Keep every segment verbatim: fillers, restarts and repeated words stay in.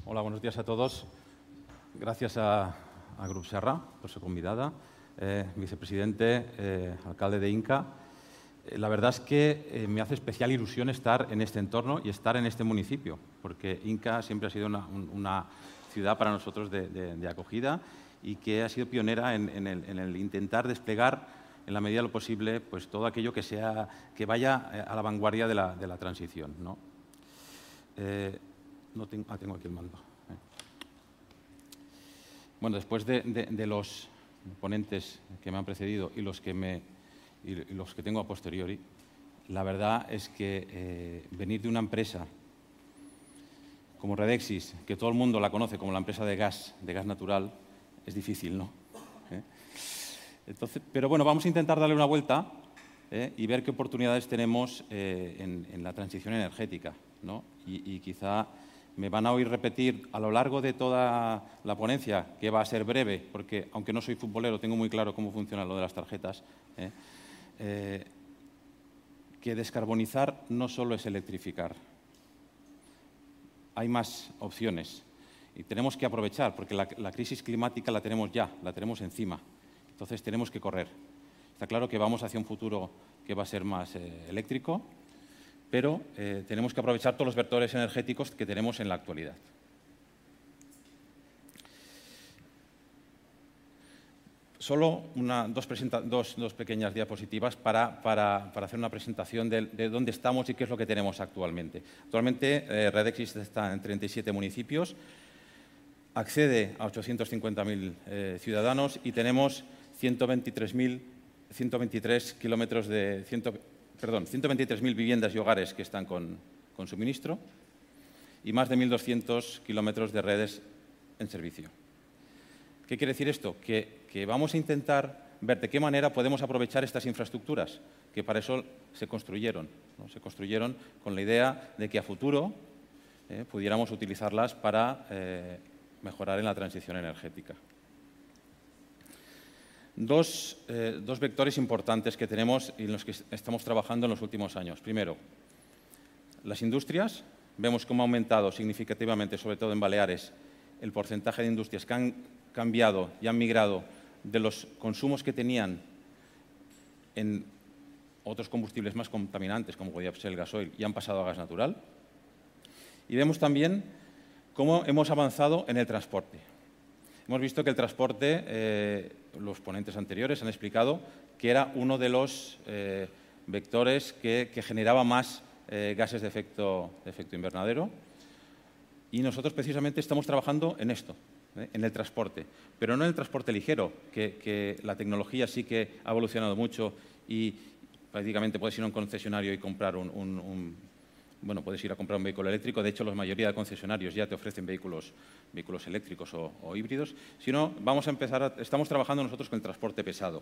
Hola, buenos días a todos. Gracias a, a Grup Serra por su convidada, eh, vicepresidente, eh, alcalde de Inca. Eh, la verdad es que eh, me hace especial ilusión estar en este entorno y estar en este municipio, porque Inca siempre ha sido una, un, una ciudad para nosotros de, de, de acogida y que ha sido pionera en, en, el, en el intentar desplegar en la medida de lo posible pues, todo aquello que, sea, que vaya a la vanguardia de la, de la transición, ¿no? Eh, no tengo, ah, tengo aquí el mando. Eh. Bueno, después de, de, de los ponentes que me han precedido y los que, me, y los que tengo a posteriori, la verdad es que eh, venir de una empresa como Redexis, que todo el mundo la conoce como la empresa de gas, de gas natural, es difícil, ¿no? ¿Eh? Entonces, pero bueno, vamos a intentar darle una vuelta ¿eh? y ver qué oportunidades tenemos eh, en, en la transición energética, ¿no? Y, y quizá me van a oír repetir a lo largo de toda la ponencia, que va a ser breve, porque aunque no soy futbolero, tengo muy claro cómo funciona lo de las tarjetas, ¿eh? Eh, que descarbonizar no solo es electrificar. Hay más opciones y tenemos que aprovechar, porque la, la crisis climática la tenemos ya, la tenemos encima. Entonces tenemos que correr. Está claro que vamos hacia un futuro que va a ser más eh, eléctrico, pero eh, tenemos que aprovechar todos los vectores energéticos que tenemos en la actualidad. Solo una, dos, dos, dos pequeñas diapositivas para, para, para hacer una presentación de, de dónde estamos y qué es lo que tenemos actualmente. Actualmente, eh, Redexis está en treinta y siete municipios, accede a ochocientos cincuenta mil eh, ciudadanos y tenemos ciento veintitrés mil kilómetros de... cien, perdón, ciento veintitrés mil viviendas y hogares que están con, con suministro y más de mil doscientos kilómetros de redes en servicio. ¿Qué quiere decir esto? Que, que vamos a intentar ver de qué manera podemos aprovechar estas infraestructuras, que para eso se construyeron, ¿no? Se construyeron con la idea de que a futuro eh, pudiéramos utilizarlas para eh, mejorar en la transición energética. Dos, eh, dos vectores importantes que tenemos y en los que estamos trabajando en los últimos años. Primero, las industrias. Vemos cómo ha aumentado significativamente, sobre todo en Baleares, el porcentaje de industrias que han cambiado y han migrado de los consumos que tenían en otros combustibles más contaminantes, como podía ser el gasoil, y han pasado a gas natural. Y vemos también cómo hemos avanzado en el transporte. Hemos visto que el transporte, eh, los ponentes anteriores han explicado que era uno de los eh, vectores que, que generaba más eh, gases de efecto, de efecto invernadero. Y nosotros precisamente estamos trabajando en esto, ¿eh? en el transporte, pero no en el transporte ligero, que, que la tecnología sí que ha evolucionado mucho y prácticamente puedes ir a un concesionario y comprar un, un, un Bueno, puedes ir a comprar un vehículo eléctrico. De hecho, la mayoría de concesionarios ya te ofrecen vehículos, vehículos eléctricos o, o híbridos. Sino, vamos a empezar a, estamos trabajando nosotros con el transporte pesado.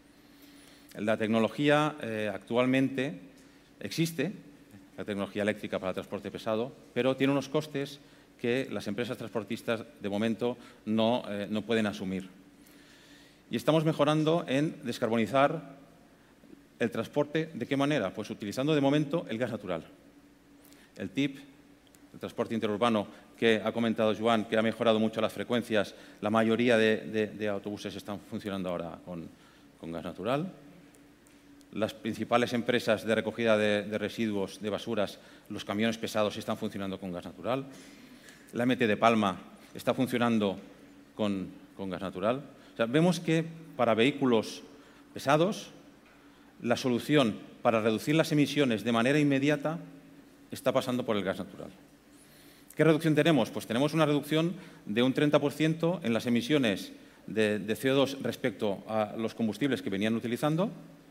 La tecnología eh, actualmente existe, la tecnología eléctrica para el transporte pesado, pero tiene unos costes que las empresas transportistas, de momento, no, eh, no pueden asumir. Y estamos mejorando en descarbonizar el transporte. ¿De qué manera? Pues utilizando, de momento, el gas natural. El T I P, el transporte interurbano, que ha comentado Joan, que ha mejorado mucho las frecuencias. La mayoría de, de, de autobuses están funcionando ahora con, con gas natural. Las principales empresas de recogida de, de residuos, de basuras, los camiones pesados están funcionando con gas natural. La M T de Palma está funcionando con, con gas natural. O sea, vemos que para vehículos pesados, la solución para reducir las emisiones de manera inmediata está pasando por el gas natural. ¿Qué reducción tenemos? Pues tenemos una reducción de un treinta por ciento en las emisiones de, de C O dos respecto a los combustibles que venían utilizando.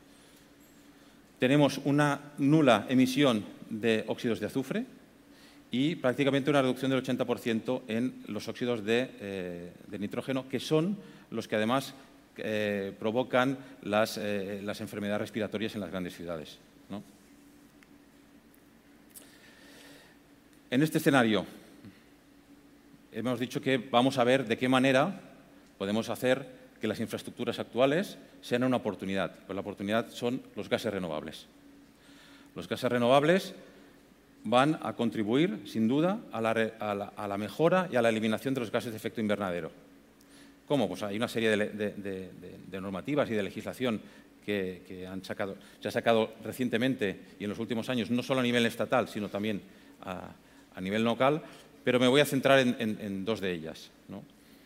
Tenemos una nula emisión de óxidos de azufre y prácticamente una reducción del ochenta por ciento en los óxidos de, eh, de nitrógeno, que son los que además eh, provocan las, eh, las enfermedades respiratorias en las grandes ciudades, ¿no? En este escenario, hemos dicho que vamos a ver de qué manera podemos hacer que las infraestructuras actuales sean una oportunidad. Pues la oportunidad son los gases renovables. Los gases renovables van a contribuir, sin duda, a la, a, la, a la mejora y a la eliminación de los gases de efecto invernadero. ¿Cómo? Pues hay una serie de, de, de, de normativas y de legislación que, que han sacado, se ha sacado recientemente y en los últimos años, no solo a nivel estatal, sino también a, a nivel local, pero me voy a centrar en, en, en dos de ellas, ¿no?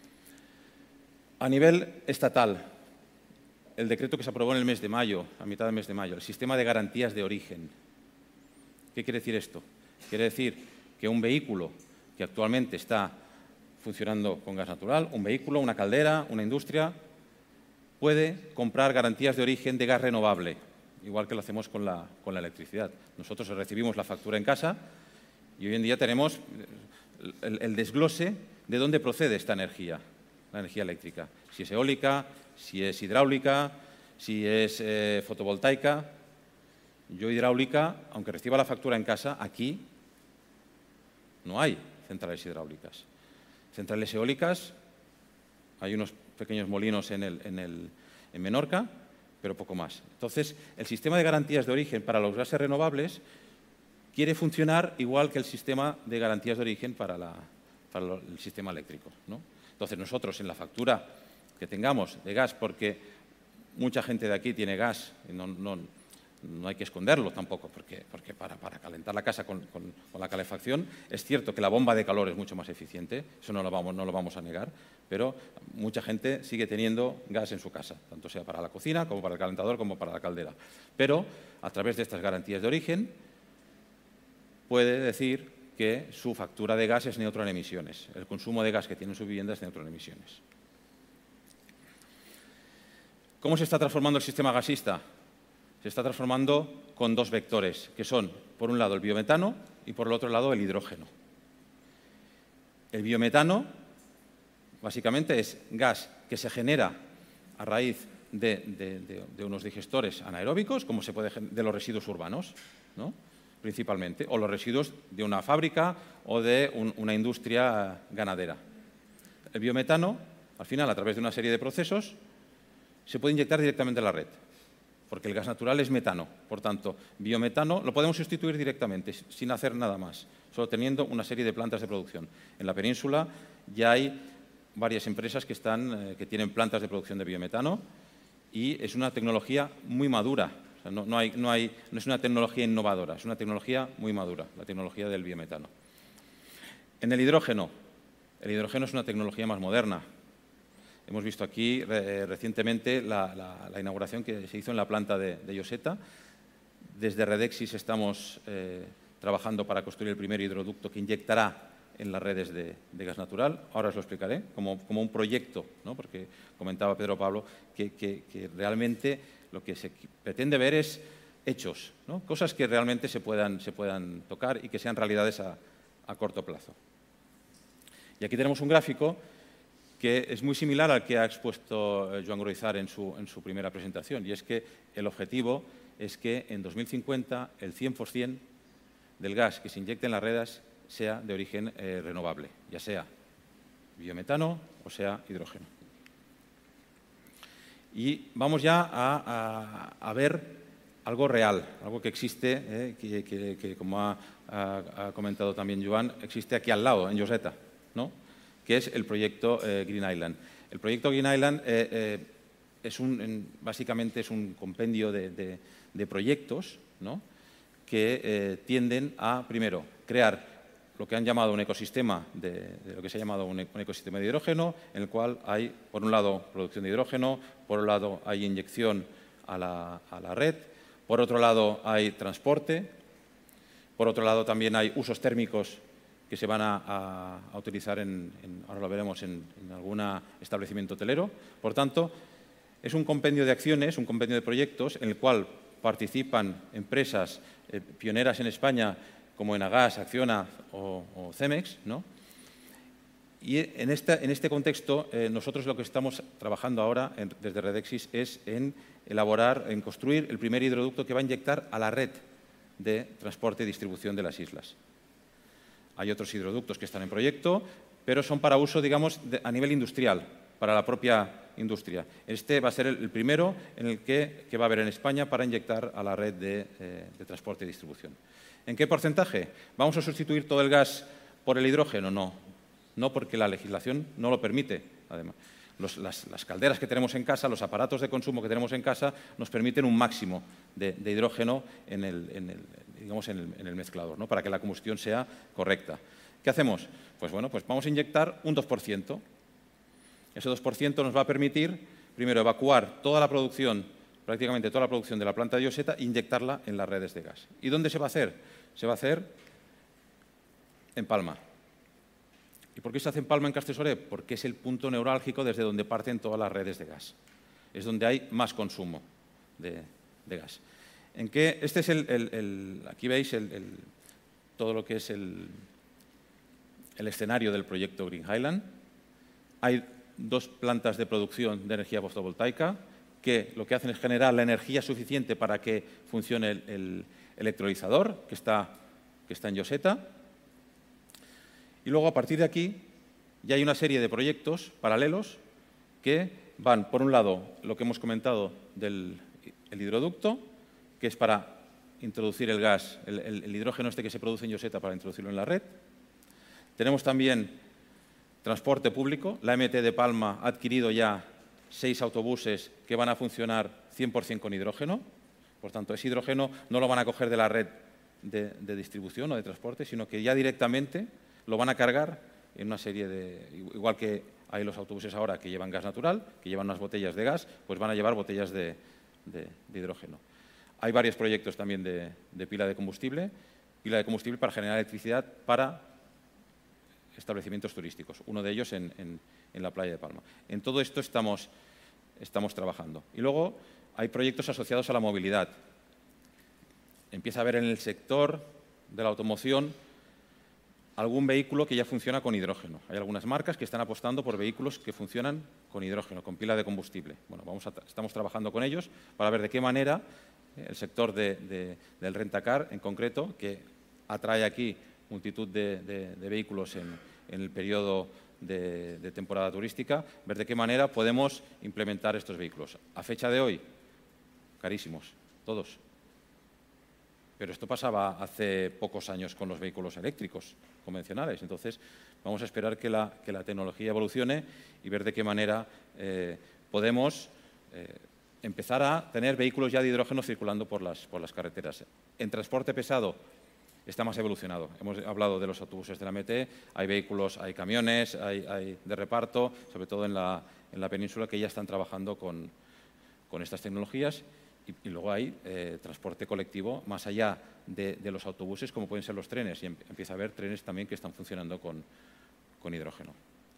A nivel estatal, el decreto que se aprobó en el mes de mayo, a mitad del mes de mayo, el sistema de garantías de origen. ¿Qué quiere decir esto? Quiere decir que un vehículo que actualmente está funcionando con gas natural, un vehículo, una caldera, una industria, puede comprar garantías de origen de gas renovable, igual que lo hacemos con la, con la electricidad. Nosotros recibimos la factura en casa y hoy en día tenemos el, el desglose de dónde procede esta energía, la energía eléctrica. Si es eólica, si es hidráulica, si es eh, fotovoltaica. Yo hidráulica, aunque reciba la factura en casa, aquí no hay centrales hidráulicas. Centrales eólicas, hay unos pequeños molinos en, el, en, el, en Menorca, pero poco más. Entonces, el sistema de garantías de origen para los gases renovables quiere funcionar igual que el sistema de garantías de origen para, la, para el sistema eléctrico, ¿no? Entonces, nosotros en la factura que tengamos de gas, porque mucha gente de aquí tiene gas, y no, no, no hay que esconderlo tampoco, porque, porque para, para calentar la casa con, con, con la calefacción es cierto que la bomba de calor es mucho más eficiente, eso no lo, vamos, no lo vamos a negar, pero mucha gente sigue teniendo gas en su casa, tanto sea para la cocina, como para el calentador, como para la caldera. Pero, a través de estas garantías de origen, puede decir que su factura de gas es neutro en emisiones. El consumo de gas que tiene en su vivienda es neutro en emisiones. ¿Cómo se está transformando el sistema gasista? Se está transformando con dos vectores, que son, por un lado, el biometano y, por el otro lado, el hidrógeno. El biometano, básicamente, es gas que se genera a raíz de, de, de, de unos digestores anaeróbicos, como se puede de los residuos urbanos, ¿no? Principalmente, o los residuos de una fábrica o de un, una industria ganadera. El biometano, al final, a través de una serie de procesos, se puede inyectar directamente en la red, porque el gas natural es metano. Por tanto, biometano lo podemos sustituir directamente, sin hacer nada más, solo teniendo una serie de plantas de producción. En la península ya hay varias empresas que, están, eh, que tienen plantas de producción de biometano y es una tecnología muy madura. O sea, no, no, hay, no, hay, no es una tecnología innovadora, es una tecnología muy madura, la tecnología del biometano. En el hidrógeno, el hidrógeno es una tecnología más moderna. Hemos visto aquí eh, recientemente la, la, la inauguración que se hizo en la planta de, de Lloseta. Desde Redexis estamos eh, trabajando para construir el primer hidroducto que inyectará en las redes de, de gas natural. Ahora os lo explicaré, como, como un proyecto, ¿no? Porque comentaba Pedro Pablo que, que, que realmente lo que se pretende ver es hechos, ¿no? Cosas que realmente se puedan, se puedan tocar y que sean realidades a, a corto plazo. Y aquí tenemos un gráfico que es muy similar al que ha expuesto Joan Groizar en su, en su primera presentación, y es que el objetivo es que en dos mil cincuenta el cien por cien del gas que se inyecte en las redes sea de origen eh, renovable, ya sea biometano o sea hidrógeno. Y vamos ya a, a, a ver algo real, algo que existe, eh, que, que, que como ha, ha, ha comentado también Joan, existe aquí al lado, en Lloseta, ¿no? Que es el proyecto eh, Green Island. El proyecto Green Island eh, eh, es un, en, básicamente es un compendio de, de, de proyectos, ¿no? Que eh, tienden a, primero, crear lo que han llamado un ecosistema, de, de lo que se ha llamado un, un ecosistema de hidrógeno, en el cual hay, por un lado, producción de hidrógeno, por un lado, hay inyección a la, a la red, por otro lado, hay transporte, por otro lado, también hay usos térmicos que se van a, a, a utilizar, en, en, ahora lo veremos, en, en algún establecimiento hotelero. Por tanto, es un compendio de acciones, un compendio de proyectos en el cual participan empresas eh, pioneras en España como Enagas, Acciona o, o Cemex, ¿no? Y en, esta, en este contexto, eh, nosotros lo que estamos trabajando ahora en, desde Redexis es en elaborar, en construir el primer hidroducto que va a inyectar a la red de transporte y distribución de las islas. Hay otros hidroductos que están en proyecto, pero son para uso, digamos, de, a nivel industrial, para la propia industria. Este va a ser el primero en el que, que va a haber en España para inyectar a la red de, eh, de transporte y distribución. ¿En qué porcentaje? ¿Vamos a sustituir todo el gas por el hidrógeno? No, no porque la legislación no lo permite, además. Los, las, las calderas que tenemos en casa, los aparatos de consumo que tenemos en casa, nos permiten un máximo de, de hidrógeno en el, en el, digamos, en el, en el mezclador, ¿no? Para que la combustión sea correcta. ¿Qué hacemos? Pues bueno, pues vamos a inyectar un dos por ciento. Ese dos por ciento nos va a permitir, primero, evacuar toda la producción, prácticamente toda la producción de la planta de Lloseta e inyectarla en las redes de gas. ¿Y dónde se va a hacer? Se va a hacer en Palma. ¿Y por qué se hace en Palma, en Castellsoré? Porque es el punto neurálgico desde donde parten todas las redes de gas. Es donde hay más consumo de, de gas. ¿En qué? Este es el, el, el aquí veis el, el, todo lo que es el, el escenario del proyecto Green Highland. Hay dos plantas de producción de energía fotovoltaica que lo que hacen es generar la energía suficiente para que funcione el, el electrolizador que está, que está en Lloseta. Y luego, a partir de aquí, ya hay una serie de proyectos paralelos que van, por un lado, lo que hemos comentado del el hidroducto, que es para introducir el gas, el, el, el hidrógeno este que se produce en Lloseta para introducirlo en la red. Tenemos también transporte público. La M T de Palma ha adquirido ya seis autobuses que van a funcionar cien por cien con hidrógeno. Por tanto, ese hidrógeno no lo van a coger de la red de, de distribución o de transporte, sino que ya directamente lo van a cargar en una serie de... Igual que hay los autobuses ahora que llevan gas natural, que llevan unas botellas de gas, pues van a llevar botellas de, de, de hidrógeno. Hay varios proyectos también de, de pila de combustible, pila de combustible para generar electricidad para establecimientos turísticos, uno de ellos en, en, en la playa de Palma. En todo esto estamos, estamos trabajando. Y luego hay proyectos asociados a la movilidad. Empieza a haber en el sector de la automoción algún vehículo que ya funciona con hidrógeno. Hay algunas marcas que están apostando por vehículos que funcionan con hidrógeno, con pila de combustible. Bueno, vamos a, estamos trabajando con ellos para ver de qué manera eh, el sector de, de, del rentacar, en concreto, que atrae aquí multitud de, de, de vehículos en, en el periodo de, de temporada turística, ver de qué manera podemos implementar estos vehículos. A fecha de hoy, carísimos, todos. Pero esto pasaba hace pocos años con los vehículos eléctricos convencionales. Entonces, vamos a esperar que la, que la tecnología evolucione y ver de qué manera eh, podemos eh, empezar a tener vehículos ya de hidrógeno circulando por las, por las carreteras. En transporte pesado está más evolucionado. Hemos hablado de los autobuses de la M T, hay vehículos, hay camiones, hay, hay de reparto, sobre todo en la, en la península, que ya están trabajando con, con estas tecnologías. Y, y luego hay eh, transporte colectivo más allá de, de los autobuses, como pueden ser los trenes, y em, empieza a haber trenes también que están funcionando con, con hidrógeno.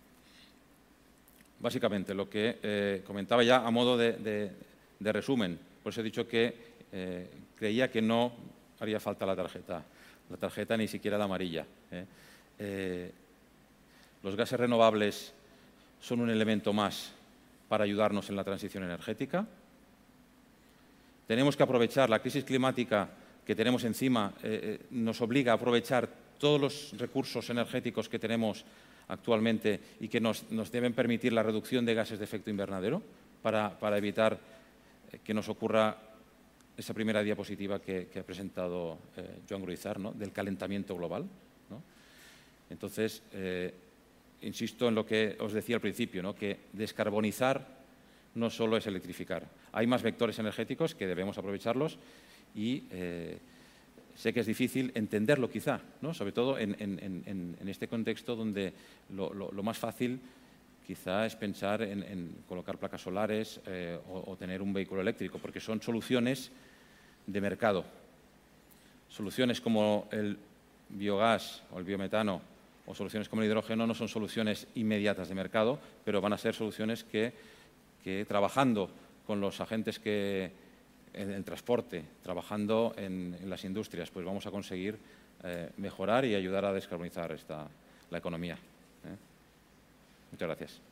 Básicamente, lo que eh, comentaba ya a modo de, de, de resumen, por eso he dicho que eh, creía que no haría falta la tarjeta, la tarjeta ni siquiera la amarilla. ¿eh? Eh, los gases renovables son un elemento más para ayudarnos en la transición energética. Tenemos que aprovechar la crisis climática que tenemos encima, eh, nos obliga a aprovechar todos los recursos energéticos que tenemos actualmente y que nos, nos deben permitir la reducción de gases de efecto invernadero para, para evitar que nos ocurra esa primera diapositiva que, que ha presentado eh, Joan Gruizar, ¿no? Del calentamiento global, ¿no? Entonces, eh, insisto en lo que os decía al principio, ¿no? Que descarbonizar no solo es electrificar. Hay más vectores energéticos que debemos aprovecharlos y eh, sé que es difícil entenderlo quizá, ¿no? Sobre todo en, en, en, en este contexto donde lo, lo, lo más fácil quizá es pensar en, en colocar placas solares eh, o, o tener un vehículo eléctrico, porque son soluciones de mercado. Soluciones como el biogás o el biometano o soluciones como el hidrógeno no son soluciones inmediatas de mercado, pero van a ser soluciones que que trabajando con los agentes que, en el transporte, trabajando en, en las industrias, pues vamos a conseguir eh, mejorar y ayudar a descarbonizar esta, la economía. ¿eh? Muchas gracias.